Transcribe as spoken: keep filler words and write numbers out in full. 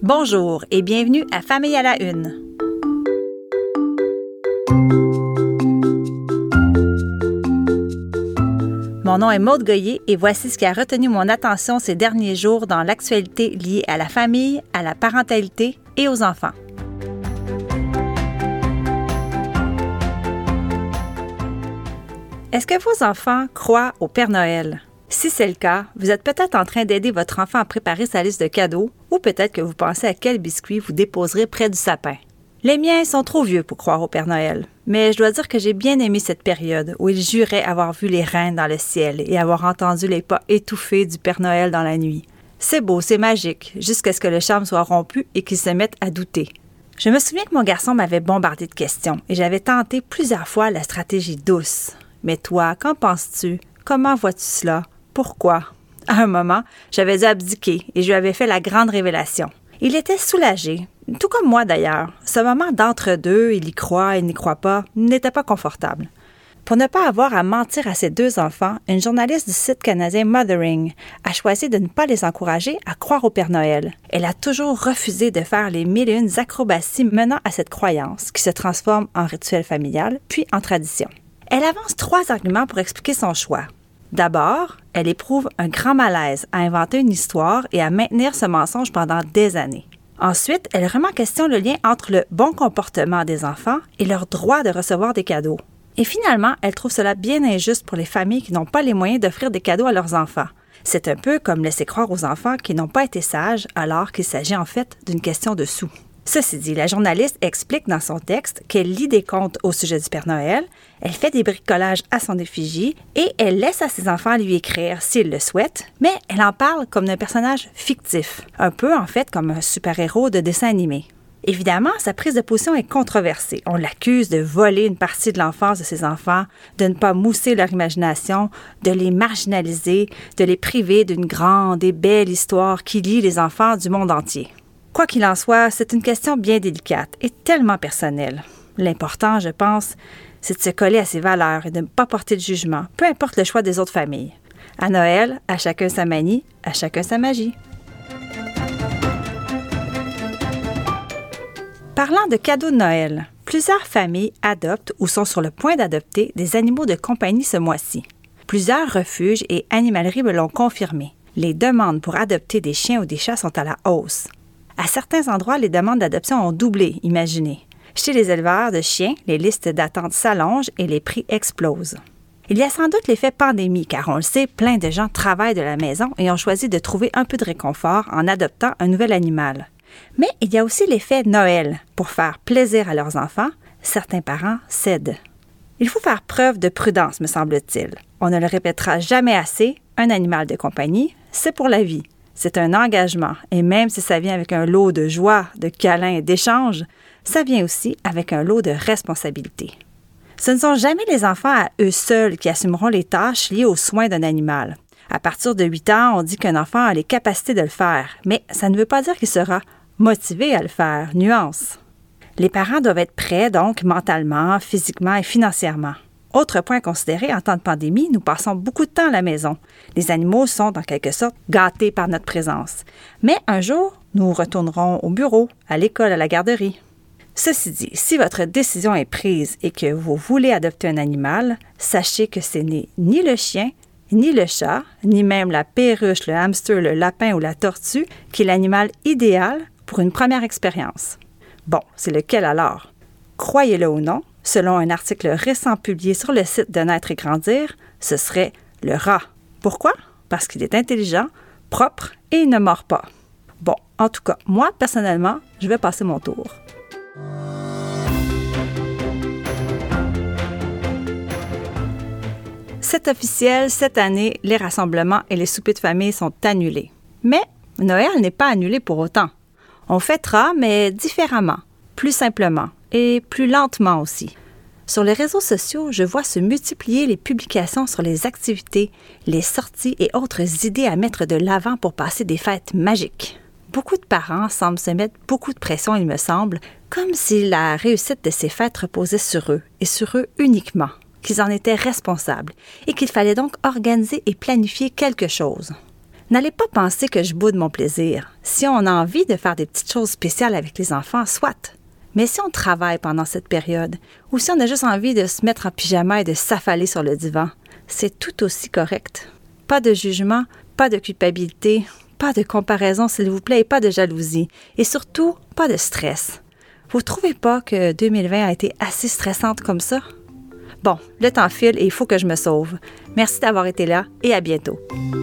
Bonjour et bienvenue à Famille à la Une. Mon nom est Maude Goyer et voici ce qui a retenu mon attention ces derniers jours dans l'actualité liée à la famille, à la parentalité et aux enfants. Est-ce que vos enfants croient au Père Noël? Si c'est le cas, vous êtes peut-être en train d'aider votre enfant à préparer sa liste de cadeaux ou peut-être que vous pensez à quel biscuit vous déposerez près du sapin. Les miens sont trop vieux pour croire au Père Noël, mais je dois dire que j'ai bien aimé cette période où ils juraient avoir vu les reines dans le ciel et avoir entendu les pas étouffés du Père Noël dans la nuit. C'est beau, c'est magique, jusqu'à ce que le charme soit rompu et qu'ils se mettent à douter. Je me souviens que mon garçon m'avait bombardé de questions et j'avais tenté plusieurs fois la stratégie douce. Mais toi, qu'en penses-tu? Comment vois-tu cela? Pourquoi? À un moment, j'avais dû abdiquer et je lui avais fait la grande révélation. Il était soulagé, tout comme moi d'ailleurs. Ce moment d'entre-deux, il y croit, il n'y croit pas, n'était pas confortable. Pour ne pas avoir à mentir à ses deux enfants, une journaliste du site canadien Mothering a choisi de ne pas les encourager à croire au Père Noël. Elle a toujours refusé de faire les mille et une acrobaties menant à cette croyance qui se transforme en rituel familial, puis en tradition. Elle avance trois arguments pour expliquer son choix. D'abord, elle éprouve un grand malaise à inventer une histoire et à maintenir ce mensonge pendant des années. Ensuite, elle remet en question le lien entre le bon comportement des enfants et leur droit de recevoir des cadeaux. Et finalement, elle trouve cela bien injuste pour les familles qui n'ont pas les moyens d'offrir des cadeaux à leurs enfants. C'est un peu comme laisser croire aux enfants qu'ils n'ont pas été sages alors qu'il s'agit en fait d'une question de sous. Ceci dit, la journaliste explique dans son texte qu'elle lit des contes au sujet du Père Noël, elle fait des bricolages à son effigie et elle laisse à ses enfants lui écrire s'ils le souhaitent, mais elle en parle comme d'un personnage fictif, un peu en fait comme un super-héros de dessin animé. Évidemment, sa prise de position est controversée. On l'accuse de voler une partie de l'enfance de ses enfants, de ne pas mousser leur imagination, de les marginaliser, de les priver d'une grande et belle histoire qui lie les enfants du monde entier. Quoi qu'il en soit, c'est une question bien délicate et tellement personnelle. L'important, je pense, c'est de se coller à ses valeurs et de ne pas porter de jugement, peu importe le choix des autres familles. À Noël, à chacun sa manie, à chacun sa magie. Parlant de cadeaux de Noël, plusieurs familles adoptent ou sont sur le point d'adopter des animaux de compagnie ce mois-ci. Plusieurs refuges et animaleries me l'ont confirmé. Les demandes pour adopter des chiens ou des chats sont à la hausse. À certains endroits, les demandes d'adoption ont doublé, imaginez. Chez les éleveurs de chiens, les listes d'attente s'allongent et les prix explosent. Il y a sans doute l'effet pandémie, car on le sait, plein de gens travaillent de la maison et ont choisi de trouver un peu de réconfort en adoptant un nouvel animal. Mais il y a aussi l'effet Noël. Pour faire plaisir à leurs enfants, certains parents cèdent. Il faut faire preuve de prudence, me semble-t-il. On ne le répétera jamais assez, un animal de compagnie, c'est pour la vie. C'est un engagement, et même si ça vient avec un lot de joie, de câlins et d'échanges, ça vient aussi avec un lot de responsabilités. Ce ne sont jamais les enfants à eux seuls qui assumeront les tâches liées aux soins d'un animal. À partir de huit ans, on dit qu'un enfant a les capacités de le faire, mais ça ne veut pas dire qu'il sera motivé à le faire, nuance. Les parents doivent être prêts, donc, mentalement, physiquement et financièrement. Autre point à considérer, en temps de pandémie, nous passons beaucoup de temps à la maison. Les animaux sont, en quelque sorte, gâtés par notre présence. Mais un jour, nous retournerons au bureau, à l'école, à la garderie. Ceci dit, si votre décision est prise et que vous voulez adopter un animal, sachez que ce n'est ni le chien, ni le chat, ni même la perruche, le hamster, le lapin ou la tortue qui est l'animal idéal pour une première expérience. Bon, c'est lequel alors? Croyez-le ou non, selon un article récent publié sur le site de Naître et Grandir, ce serait le rat. Pourquoi? Parce qu'il est intelligent, propre et il ne mord pas. Bon, en tout cas, moi, personnellement, je vais passer mon tour. C'est officiel, cette année, les rassemblements et les soupers de famille sont annulés. Mais Noël n'est pas annulé pour autant. On fêtera, mais différemment, plus simplement et plus lentement aussi. Sur les réseaux sociaux, je vois se multiplier les publications sur les activités, les sorties et autres idées à mettre de l'avant pour passer des fêtes magiques. Beaucoup de parents semblent se mettre beaucoup de pression, il me semble, comme si la réussite de ces fêtes reposait sur eux et sur eux uniquement, qu'ils en étaient responsables et qu'il fallait donc organiser et planifier quelque chose. N'allez pas penser que je boude mon plaisir. Si on a envie de faire des petites choses spéciales avec les enfants, soit. Mais si on travaille pendant cette période, ou si on a juste envie de se mettre en pyjama et de s'affaler sur le divan, c'est tout aussi correct. Pas de jugement, pas de culpabilité, pas de comparaison s'il vous plaît et pas de jalousie. Et surtout, pas de stress. Vous ne trouvez pas que deux mille vingt a été assez stressante comme ça? Bon, le temps file et il faut que je me sauve. Merci d'avoir été là et à bientôt.